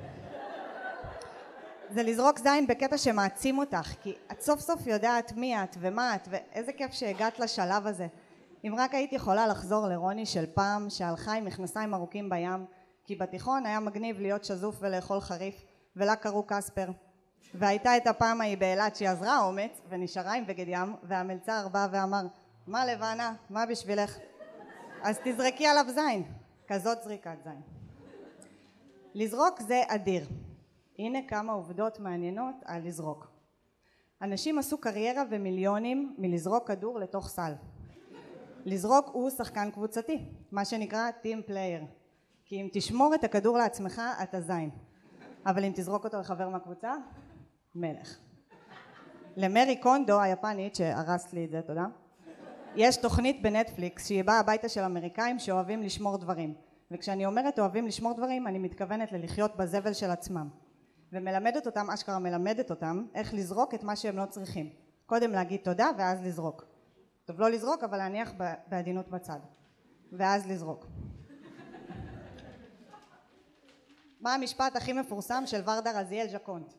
זה לזרוק זין בקטע שמעצים אותך, כי את סוף סוף יודעת מי את ומה את, ואיזה כיף שהגעת לשלב הזה. אם רק היית יכולה לחזור לרוני של פעם שהלכה עם מכנסיים ארוכים בים, כי בתיכון היה מגניב להיות שזוף ולאכול חריף, ולה קראו קספר. והייתה את הפעם ההיא באילת שהיא עזרה אומץ ונשארה עם בגד ים, והמלצר בא ואמר, מה לבנה, מה בשבילך? אז תזרקי עליו זין, כזאת זריקת זין. לזרוק זה אדיר. הנה כמה עובדות מעניינות על לזרוק. אנשים עשו קריירה ומיליונים מלזרוק כדור לתוך סל. לזרוק הוא שחקן קבוצתי, מה שנקרא טים פלייר. כי אם תשמור את הכדור לעצמך אתה זין, אבל אם תזרוק אותו לחבר מהקבוצה, מלך. למרי קונדו היפנית שהרסת לי את זה, תודה, יש תוכנית בנטפליקס שהיא באה הביתה של אמריקאים שאוהבים לשמור דברים, וכשאני אומרת אוהבים לשמור דברים אני מתכוונת ללחיות בזבל של עצמם, ומלמדת אותם, אשכרה מלמדת אותם איך לזרוק את מה שהם לא צריכים. קודם להגיד תודה ואז לזרוק. טוב, לא לזרוק אבל להניח בעדינות בצד, ואז לזרוק. מה המשפט הכי מפורסם של ורדה רזיאל ז'קונט?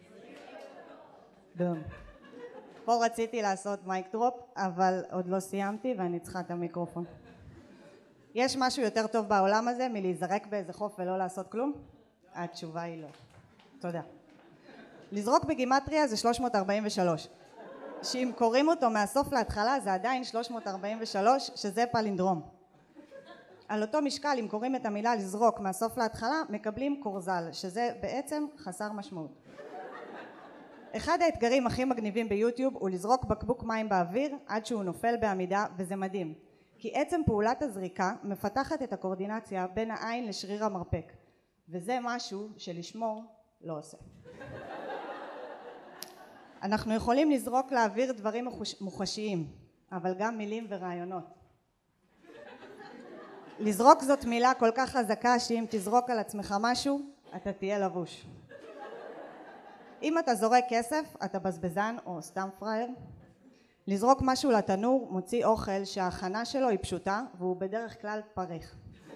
בום. פה רציתי לעשות מייק דרופ אבל עוד לא סיימתי ואני צריכה את המיקרופון. יש משהו יותר טוב בעולם הזה מלהיזרק באיזה חוף ולא לעשות כלום? התשובה היא לא. תודה. לזרוק בגימטריה זה שלוש מאות ארבעים ושלוש, שאם קוראים אותו מהסוף להתחלה זה עדיין שלוש מאות ארבעים ושלוש, שזה פלינדרום. על אותו משקל אם קוראים את המילה לזרוק מהסוף להתחלה מקבלים קורזל, שזה בעצם חסר משמעות. אחד האתגרים הכי מגניבים ביוטיוב הוא לזרוק בקבוק מים באוויר עד שהוא נופל בעמידה, וזה מדהים כי עצם פעולת הזריקה מפתחת את הקורדינציה בין העין לשריר המרפק, וזה משהו שלשמור לא עושה. אנחנו יכולים לזרוק לאוויר דברים מוחשיים, אבל גם מילים ורעיונות. לזרוק זאת מילה כל כך חזקה שאם תזרוק על עצמך משהו אתה תהיה לבוש. אם אתה זורק כסף אתה בזבזן או סתם פראייר. לזרוק משהו לתנור מוציא אוכל שההכנה שלו היא פשוטה והוא בדרך כלל פריך.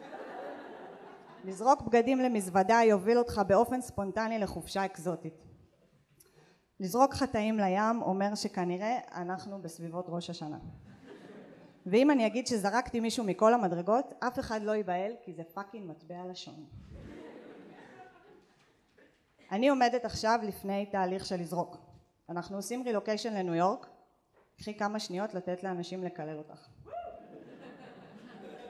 לזרוק בגדים למזוודה יוביל אותך באופן ספונטני לחופשה אקזוטית. לזרוק חטאים לים אומר שכנראה אנחנו בסביבות ראש השנה. ואם אני אגיד שזרקתי מישהו מכל המדרגות אף אחד לא ייבהל כי זה פאקינג מטבע לשון. אני עומדת עכשיו לפני תהליך של לזרוק. אנחנו עושים רילוקיישן לניו יורק. קחי כמה שניות לתת לאנשים לקלל אותך.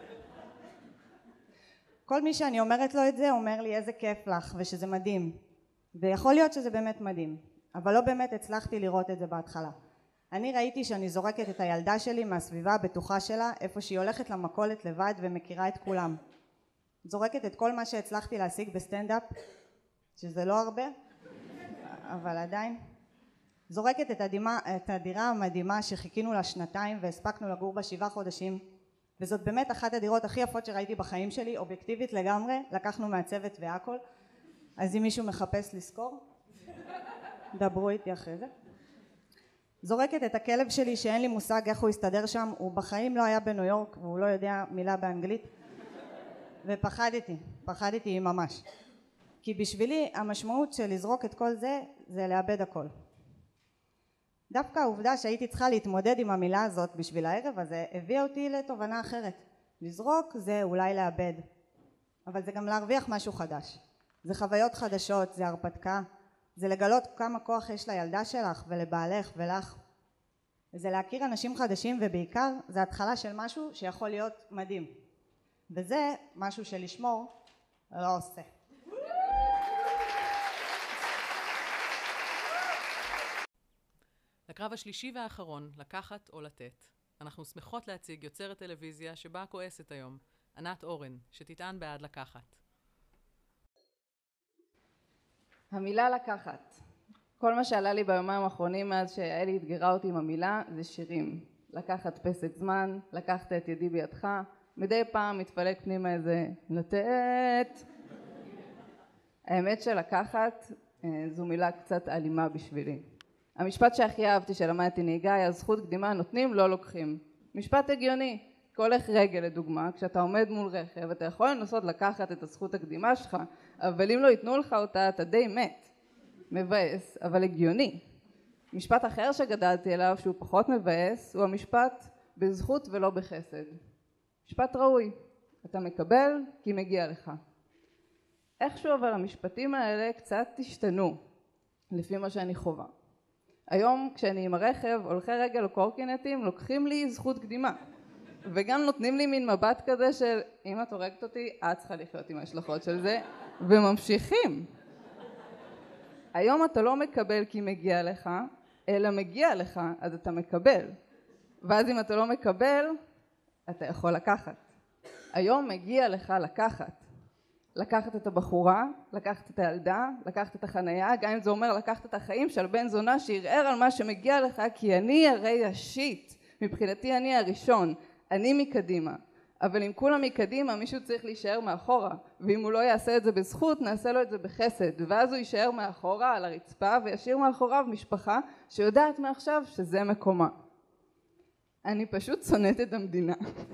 כל מי שאני אומרת לו את זה אומר לי איזה כיף לך ושזה מדהים, ויכול להיות שזה באמת מדהים, אבל לא באמת הצלחתי לראות את זה בהתחלה. אני ראיתי שאני זורקת את הילדה שלי מהסביבה הבטוחה שלה, איפה שהיא הולכת למכולת לבד ומכירה את כולם. זורקת את כל מה שהצלחתי להשיג בסטנדאפ, שזה לא הרבה, אבל עדיין. זורקת את, הדימה, את הדירה המדהימה שחיכינו לה שנתיים והספקנו לגור בה שבעה חודשים, וזאת באמת אחת הדירות הכי יפות שראיתי בחיים שלי, אובייקטיבית לגמרי, לקחנו מהצוות והכל. אז אם מישהו מחפש לזכור, דברו איתי אחרי זה. זורקת את הכלב שלי שאין לי מושג איך הוא יסתדר שם, הוא בחיים לא היה בניו יורק והוא לא יודע מילה באנגלית, ופחדתי, פחדתי ממש. כי בשבילי המשמעות של לזרוק את כל זה, זה לאבד הכל. דווקא העובדה שהייתי צריכה להתמודד עם המילה הזאת בשביל הערב הזה, הביאה אותי לתובנה אחרת. לזרוק זה אולי לאבד, אבל זה גם להרוויח משהו חדש. זה חוויות חדשות, זה הרפתקה, זה לגלות כמה כוח יש לילדה שלך ולבעלך ולך. זה להכיר אנשים חדשים, ובעיקר זה התחלה של משהו שיכול להיות מדהים. וזה משהו שלשמור לא עושה. לקרב השלישי והאחרון, לקחת או לתת. אנחנו שמחות להציג יוצרת טלוויזיה שבאה כועסת היום, ענת אורן, שתטען בעד לקחת. המילה לקחת. כל מה שעלה לי ביומיים האחרונים מאז שאלי התגרה אותי עם המילה זה שירים. לקחת פסק זמן, לקחת את ידי בידך, מדי פעם מתפלק פנימה איזה לתת. האמת שלקחת זו מילה קצת אלימה בשבילי. המשפט שהכי אהבתי שלמדתי נהיגה היה זכות קדימה נותנים לא לוקחים. משפט הגיוני. כהולך רגל לדוגמה, כשאתה עומד מול רכב אתה יכול לנסות לקחת את הזכות הקדימה שלך, אבל אם לא ייתנו לך אותה אתה די מת. מבאס, אבל הגיוני. משפט אחר שגדלתי אליו שהוא פחות מבאס הוא המשפט בזכות ולא בחסד. משפט ראוי, אתה מקבל כי מגיע לך. איכשהו אבל המשפטים האלה קצת השתנו לפי מה שאני חווה. היום כשאני עם הרכב, הולכי רגל או קורקינטים לוקחים לי זכות קדימה, וגם נותנים לי מין מבט כזה של אם את הורגת אותי את צריכה לחיות עם ההשלכות של זה, וממשיכים. היום אתה לא מקבל כי מגיע לך, אלא מגיע לך אז אתה מקבל, ואז אם אתה לא מקבל אתה יכול לקחת. היום מגיע לך לקחת. לקחת את הבחורה, לקחת את הילדה, לקחת את החנייה, גם אם זה אומר לקחת את החיים של בן זונה שירער על מה שמגיע לך, כי אני הרי השיט, מבחינתי אני הראשון, אני מקדימה. אבל אם כולם מקדימה מישהו צריך להישאר מאחורה, ואם הוא לא יעשה את זה בזכות נעשה לו את זה בחסד, ואז הוא יישאר מאחורה על הרצפה וישאיר מאחוריו משפחה שיודעת מעכשיו שזה מקומה. אני פשוט שונאת את המדינה.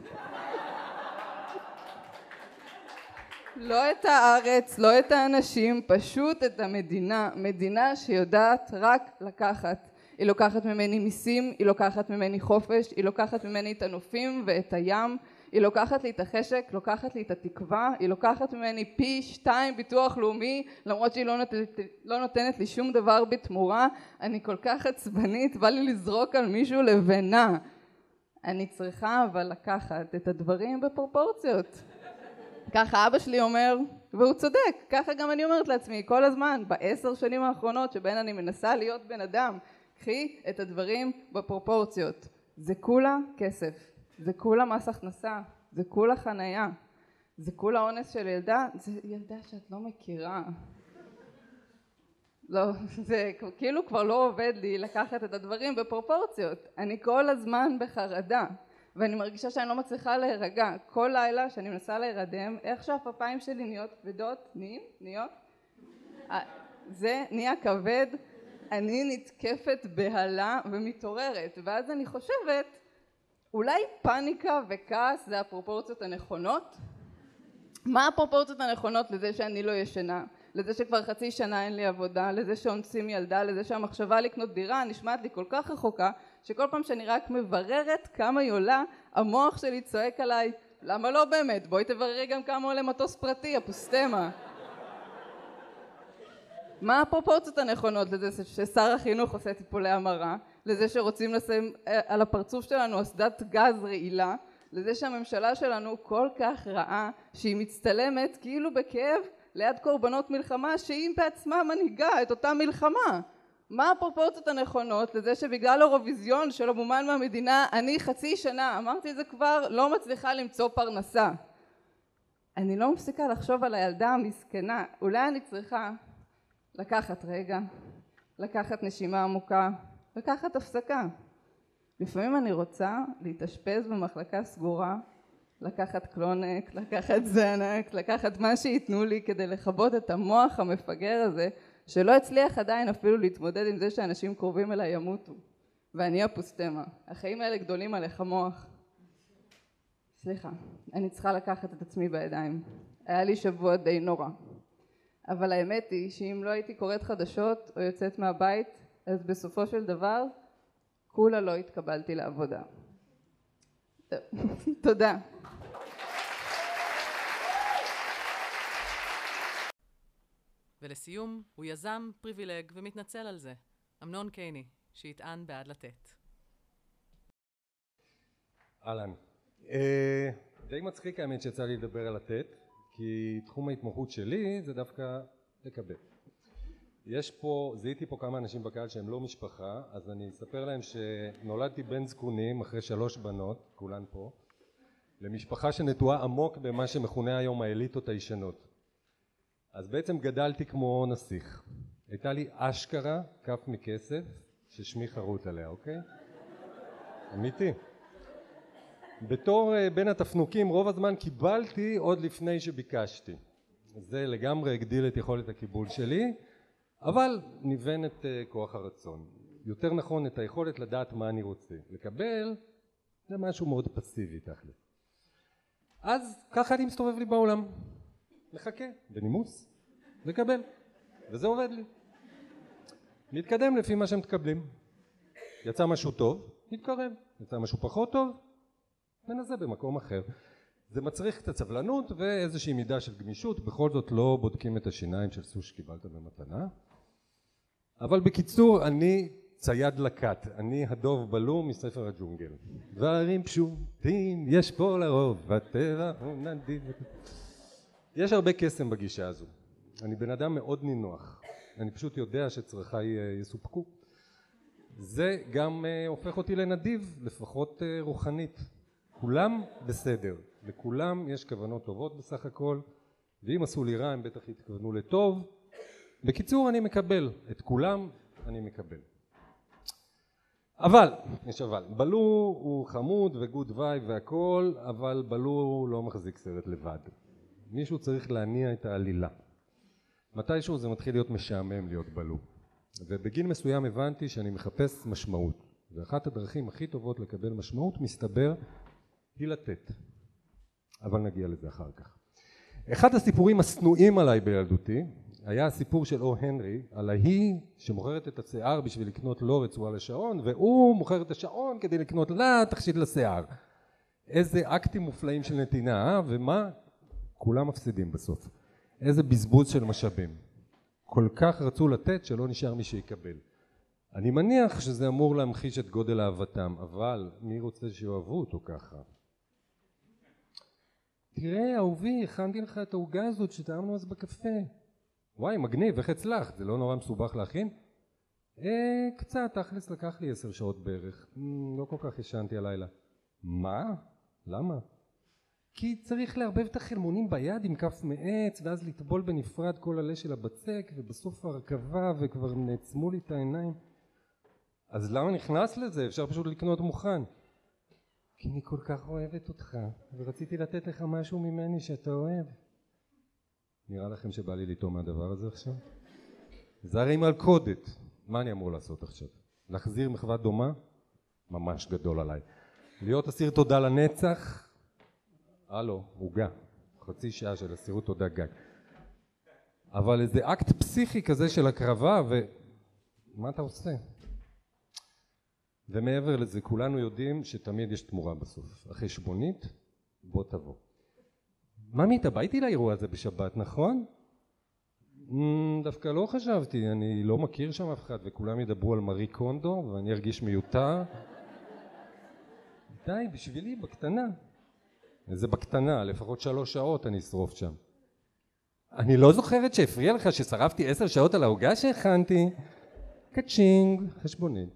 לא את הארץ, לא את האנשים, פשוט את המדינה. מדינה שיודעת רק לקחת. היא לוקחת ממני מיסים, היא לוקחת ממני חופש, היא לוקחת ממני את הנופים ואת הים, היא לוקחת לי את החשק, לוקחת לי את התקווה, היא לוקחת ממני פי שתיים ביטוח לאומי, למרות שהיא לא נותנת, לא נותנת לי שום דבר בתמורה. אני כל כך עצבנית, בא לי לזרוק על מישהו לבנה. אני צריכה אבל לקחת את הדברים בפרופורציות. ככה אבא שלי אומר, והוא צודק, ככה גם אני אומרת לעצמי כל הזמן, בעשר שנים האחרונות שבהן אני מנסה להיות בן אדם, קחי את הדברים בפרופורציות. זה כולה כסף, זה כולה מס הכנסה, זה כולה חנייה, זה כולה אונס של ילדה, זה ילדה שאת לא מכירה. לא, זה כאילו כבר לא עובד לי לקחת את הדברים בפרופורציות. אני כל הזמן בחרדה. ואני מרגישה שאני לא מצליחה להירגע. כל לילה שאני מנסה להירדם, איך שהפפיים שלי נהיות כבדות, נהיים, נהיות, זה נהיה כבד, אני נתקפת בהלה ומתעוררת, ואז אני חושבת, אולי פאניקה וכעס זה הפרופורציות הנכונות? מה הפרופורציות הנכונות לזה שאני לא ישנה? לזה שכבר חצי שנה אין לי עבודה, לזה שאונסים ילדה, לזה שהמחשבה לקנות דירה נשמעת לי כל כך רחוקה, שכל פעם שאני רק מבררת כמה היא עולה, המוח שלי צועק עליי, למה לא באמת? בואי תבררי גם כמה עולה מטוס פרטי, הפוסטמה. מה הפרופורציות הנכונות לזה ששר החינוך עושה טיפולי המרה, לזה שרוצים לשים על הפרצוף שלנו אסדת גז רעילה, לזה שהממשלה שלנו כל כך רעה שהיא מצטלמת כאילו בכאב ליד קורבנות מלחמה שהיא בעצמה מנהיגה את אותה מלחמה? מה הפרופורציות הנכונות לזה שבגלל אירוויזיון שלא מומן מהמדינה אני חצי שנה, אמרתי את זה כבר, לא מצליחה למצוא פרנסה? אני לא מפסיקה לחשוב על הילדה המסכנה. אולי אני צריכה לקחת רגע, לקחת נשימה עמוקה, לקחת הפסקה. לפעמים אני רוצה להתאשפז במחלקה סגורה, לקחת קלונק, לקחת זנק, לקחת מה שיתנו לי כדי לכבות את המוח המפגר הזה, שלא הצליח עדיין אפילו להתמודד עם זה שאנשים קרובים אליי ימותו. ואני הפוסטמה. החיים האלה גדולים עליך מוח. סליחה, אני צריכה לקחת את עצמי בידיים. היה לי שבוע די נורא. אבל האמת היא שאם לא הייתי קוראת חדשות או יוצאת מהבית, אז בסופו של דבר, כולה לא התקבלתי לעבודה. תודה. ולסיום, הוא יזם, פריבילג ומתנצל על זה. אמנון קייני, שיטען בעד לתת. אהלן. די מצחיק האמת שיצא לי לדבר על לתת, כי תחום ההתמחות שלי זה דווקא לקבל. יש פה, זיהיתי פה כמה אנשים בקהל שהם לא משפחה, אז אני אספר להם שנולדתי בן זקונים אחרי שלוש בנות, כולן פה, למשפחה שנטועה עמוק במה שמכונה היום האליטות הישנות. אז בעצם גדלתי כמו נסיך. הייתה לי אשכרה כף מכסף ששמי חרוט עליה, אוקיי? אמיתי. בתור בין התפנוקים רוב הזמן קיבלתי עוד לפני שביקשתי. זה לגמרי הגדיל את יכולת הקיבול שלי, אבל ניוון את כוח הרצון. יותר נכון את היכולת לדעת מה אני רוצה. לקבל זה משהו מאוד פסיבי תכל'ס. אז ככה אני מסתובב לי בעולם. לחכה, בנימוס, לקבל. וזה עובד לי. להתקדם לפי מה שהם תקבלים. יצא משהו טוב, נתקרב. יצא משהו פחות טוב, ננסה במקום אחר. זה מצריך קצת סבלנות ואיזושהי מידה של גמישות. בכל זאת לא בודקים את השיניים של סוס שקיבלת במתנה. אבל בקיצור, אני צייד לקט. אני הדוב בלום מספר הג'ונגל. דברים פשוטים, יש פה לרוב, בטבע הוא נדיב. יש הרבה קסם בגישה הזו. אני בן אדם מאוד נינוח. אני פשוט יודע שצרכיי יסופקו. זה גם הופך אותי לנדיב, לפחות רוחנית. כולם בסדר. לכולם יש כוונות טובות בסך הכל. ואם עשו לי רע, הם בטח יתכוונו לטוב. בקיצור, אני מקבל. את כולם אני מקבל. אבל, יש אבל. בלו הוא חמוד וגוד וייב והכל, אבל בלו לא מחזיק סרט לבד. מישהו צריך להניע את העלילה. מתישהו זה מתחיל להיות משעמם להיות בלו. ובגיל מסוים הבנתי שאני מחפש משמעות. ואחת הדרכים הכי טובות לקבל משמעות מסתבר היא לתת. אבל נגיע לזה אחר כך. אחד הסיפורים הסנועים עליי בילדותי היה הסיפור של או הנרי על ההיא שמוכרת את השיער בשביל לקנות לו רצועה לשעון, והוא מוכר את השעון כדי לקנות לה תכשיט לשיער. איזה אקטים מופלאים של נתינה, ומה? כולם מפסידים בסוף. איזה בזבוז של משאבים. כל כך רצו לתת שלא נשאר מי שיקבל. אני מניח שזה אמור להמחיש את גודל אהבתם, אבל מי רוצה שאוהבו אותו ככה? תראה, אהובי, הכנתי לך את העוגה הזאת שטעמנו אז בקפה. וואי, מגניב, איך הצלחת? זה לא נורא מסובך להכין? אה, קצת, תכלס לקח לי עשר שעות בערך. לא כל כך ישנתי הלילה. מה? למה? כי צריך לערבב את החלמונים ביד עם כף מעץ, ואז לטבול בנפרד כל עלה של הבצק, ובסוף הרכבה, וכבר נעצמו לי את העיניים. אז למה נכנס לזה? אפשר פשוט לקנות מוכן. כי אני כל כך אוהבת אותך, ורציתי לתת לך משהו ממני שאתה אוהב. נראה לכם שבא לי לטעום מהדבר הזה עכשיו? זה הרי מלכודת. מה אני אמור לעשות עכשיו? להחזיר מחווה דומה? ממש גדול עליי. להיות אסיר תודה לנצח? הלו, עוגה. חצי שעה של אסירות תודה גג. אבל איזה אקט פסיכי כזה של הקרבה, ומה אתה עושה? ומעבר לזה, כולנו יודעים שתמיד יש תמורה בסוף. החשבונית, בוא תבוא. ממי, אתה בא איתי לאירוע הזה בשבת, נכון? דווקא לא חשבתי, אני לא מכיר שם אף אחד, וכולם ידברו על מארי קונדו, ואני ארגיש מיותר. די, בשבילי, בקטנה. זה בקטנה, לפחות שלוש שעות אני אשרוף שם. אני לא זוכרת שהפריע לך ששרפתי עשר שעות על העוגה שהכנתי. קצ'ינג, חשבונית.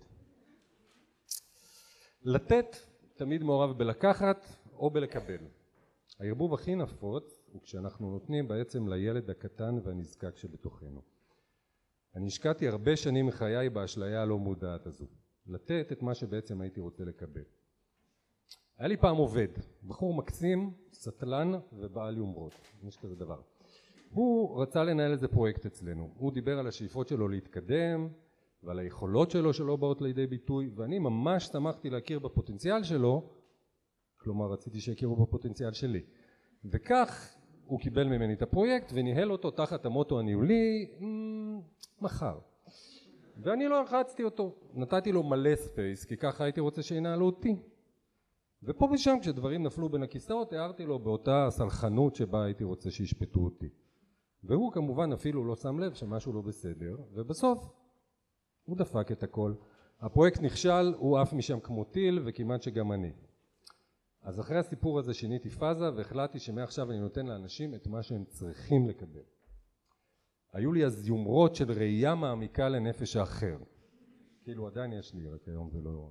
לתת תמיד מעורב בלקחת או בלקבל. הערבוב הכי נפוץ הוא כשאנחנו נותנים בעצם לילד הקטן והנזקק שבתוכנו. אני השקעתי הרבה שנים מחיי באשליה הלא מודעת הזו. לתת את מה שבעצם הייתי רוצה לקבל. היה לי פעם עובד, בחור מקסים, סטלן ובעל יומרות, יש כזה דבר. הוא רצה לנהל איזה פרויקט אצלנו, הוא דיבר על השאיפות שלו להתקדם ועל היכולות שלו שלא באות לידי ביטוי, ואני ממש שמחתי להכיר בפוטנציאל שלו, כלומר רציתי שיכירו בפוטנציאל שלי. וכך הוא קיבל ממני את הפרויקט וניהל אותו תחת המוטו הניהולי, מחר. ואני לא לחצתי אותו, נתתי לו מלא ספייס, כי ככה הייתי רוצה שינהלו אותי. ופה ושם כשדברים נפלו בין הכיסאות הערתי לו באותה סלחנות שבה הייתי רוצה שישפטו אותי. והוא כמובן אפילו לא שם לב שמשהו לא בסדר, ובסוף הוא דפק את הכל. הפרויקט נכשל, הוא עף משם כמו טיל וכמעט שגם אני. אז אחרי הסיפור הזה שיניתי פאזה והחלטתי שמעכשיו אני נותן לאנשים את מה שהם צריכים לקבל. היו לי אז יומרות של ראייה מעמיקה לנפש האחר. כאילו עדיין יש לי, רק היום זה לא...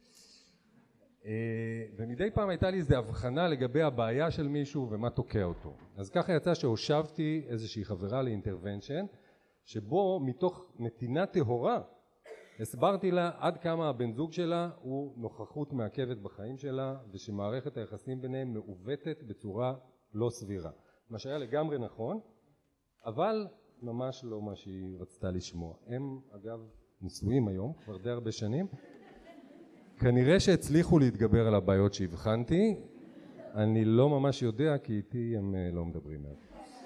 ומדי פעם הייתה לי איזו הבחנה לגבי הבעיה של מישהו ומה תוקע אותו. אז ככה יצא שהושבתי איזושהי חברה לאינטרוונשן, שבו מתוך נתינה טהורה הסברתי לה עד כמה הבן זוג שלה הוא נוכחות מעכבת בחיים שלה, ושמערכת היחסים ביניהם מעוותת בצורה לא סבירה. מה שהיה לגמרי נכון, אבל ממש לא מה שהיא רצתה לשמוע. הם אגב נשואים היום, כבר די הרבה שנים. כנראה שהצליחו להתגבר על הבעיות שהבחנתי, אני לא ממש יודע כי איתי הם לא מדברים עליו.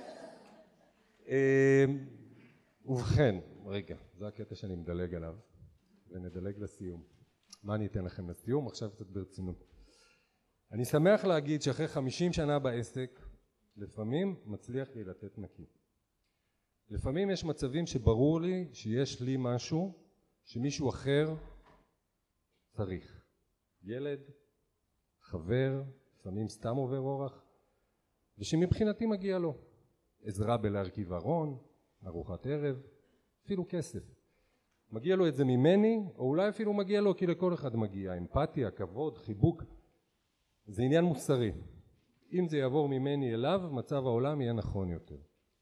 ובכן, רגע, זה הקטע שאני מדלג עליו, ונדלג לסיום. מה אני אתן לכם לסיום? עכשיו קצת ברצינות. אני שמח להגיד שאחרי חמישים שנה בעסק, לפעמים מצליח לי לתת נקי. לפעמים יש מצבים שברור לי שיש לי משהו שמישהו אחר צריך. ילד, חבר, לפעמים סתם עובר אורח, ושמבחינתי מגיע לו עזרה בלהרכיב ארון, ארוחת ערב, אפילו כסף. מגיע לו את זה ממני, או אולי אפילו מגיע לו כי לכל אחד מגיע, אמפתיה, כבוד, חיבוק. זה עניין מוסרי. אם זה יעבור ממני אליו, מצב העולם יהיה נכון יותר.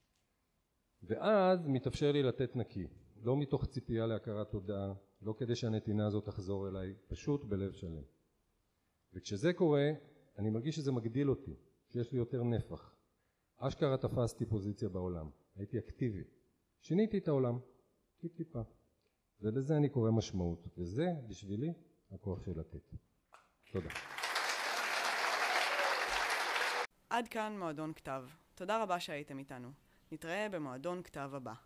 ואז מתאפשר לי לתת נקי, לא מתוך ציפייה להכרת תודה, לא כדי שהנתינה הזאת תחזור אליי, פשוט בלב שלם. וכשזה קורה, אני מרגיש שזה מגדיל אותי, שיש לי יותר נפח. אשכרה תפסתי פוזיציה בעולם, הייתי אקטיבי. שיניתי את העולם, טיפ טיפה. ולזה אני קורא משמעות, וזה בשבילי הכוח של לתת. תודה. עד כאן מועדון כתב. תודה רבה שהייתם איתנו. נתראה במועדון כתב הבא.